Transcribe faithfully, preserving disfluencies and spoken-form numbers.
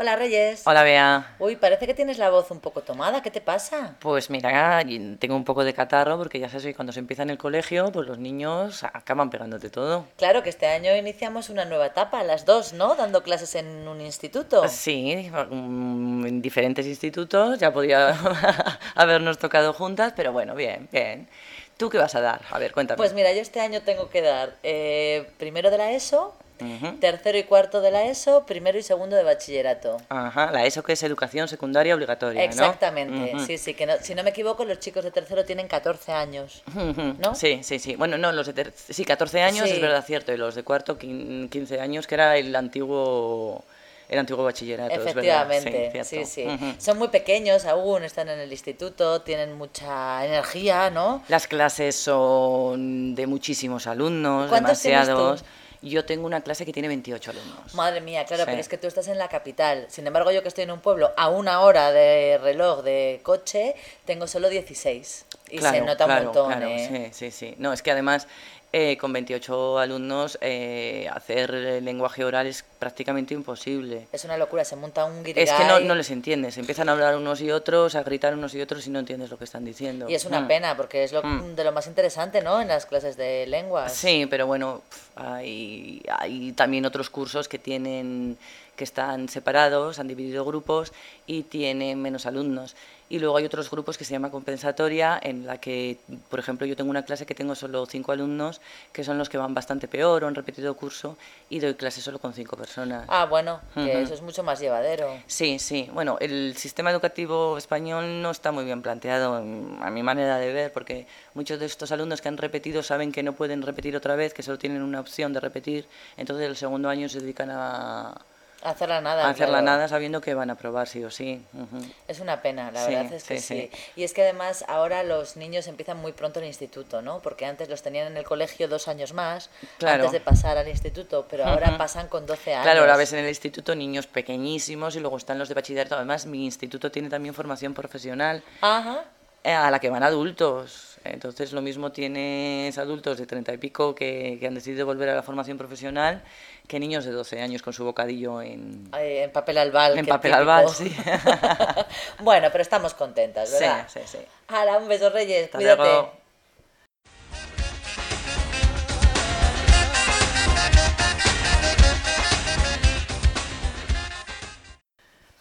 Hola Reyes. Hola, Bea. Uy, parece que tienes la voz un poco tomada. ¿Qué te pasa? Pues mira, y tengo un poco de catarro porque ya sabes que cuando se empieza en el colegio, pues los niños acaban pegándote todo. Claro que este año iniciamos una nueva etapa, las dos, ¿no? Dando clases en un instituto. Sí, mm, en diferentes institutos, ya podía habernos tocado juntas, pero bueno, bien, bien. ¿Tú qué vas a dar? A ver, Pues cuéntame. mira, yo este año tengo que dar eh, primero de la ESO, Ujú. tercero y cuarto de la ESO, primero y segundo de bachillerato. Ajá, la ESO que es educación secundaria obligatoria, ¿no? Exactamente, Ujú. sí, sí, que no- si no me equivoco, los chicos de tercero tienen catorce años, Ujú. ¿no? Sí, sí, sí. Bueno, no, los de ter- sí, catorce años es Sí, verdad cierto, y los de cuarto, quin- quince años, que era el antiguo, el antiguo bachillerato, es verdad, sí, efectivamente, sí, cierto. sí. Ujú. Son muy pequeños aún, están en el instituto, tienen mucha energía, ¿no? Las clases son de muchísimos alumnos, ¿Cuántos tienes tú? demasiados. Yo tengo una clase que tiene veintiocho alumnos. Madre mía, claro, Sí. pero es que tú estás en la capital. Sin embargo, yo que estoy en un pueblo a una hora de reloj de coche, tengo solo dieciséis. Y se Claro, nota un claro, montón, claro, ¿eh? sí, sí, sí. No, es que además eh, con veintiocho alumnos eh, hacer eh, lenguaje oral es prácticamente imposible. Es una locura, se monta un Es que no, no guirigay. les entiendes, empiezan a hablar unos y otros, a gritar unos y otros y no entiendes lo que están Y diciendo. es una Mm, pena, porque es lo, mm. de lo más interesante, ¿no? En las clases de lenguas. Sí, pero bueno, pf, hay, hay también otros cursos que tienen, que están separados, han dividido grupos y tienen menos alumnos. Y luego hay otros grupos que se llama compensatoria, en la que, por ejemplo, yo tengo una clase que tengo solo cinco alumnos, que son los que van bastante peor o han repetido curso, y doy clase solo con cinco personas. Ah, bueno, que Ujú. eso es mucho más llevadero. Sí, sí. Bueno, el sistema educativo español no está muy bien planteado, mm, a mi manera de ver, porque muchos de estos alumnos que han repetido saben que no pueden repetir otra vez, que solo tienen una opción de repetir, entonces el segundo año se dedican a, Hacerla a nada, hacerla claro. nada sabiendo que van a aprobar sí o sí. Ujú. Es una pena, la verdad Sí, es que sí, sí. sí. Y es que además ahora los niños empiezan muy pronto el instituto, ¿no? Porque antes los tenían en el colegio dos años más, antes Claro. de pasar al instituto, pero ahora Ujú. pasan con doce Claro, ahora ves años. en el instituto niños pequeñísimos y luego están los de bachillerato. Además, mi instituto tiene también formación profesional Ajá. eh, a la que van adultos. Entonces, lo mismo tienes adultos de treinta y pico que, que han decidido volver a la formación profesional que niños de doce años con su bocadillo en, Ay, en papel albal, en qué papel albal, típico. sí. Bueno, pero estamos contentas, Sí, ¿verdad? sí, sí. Hala, un beso, Reyes, Hasta cuídate. luego.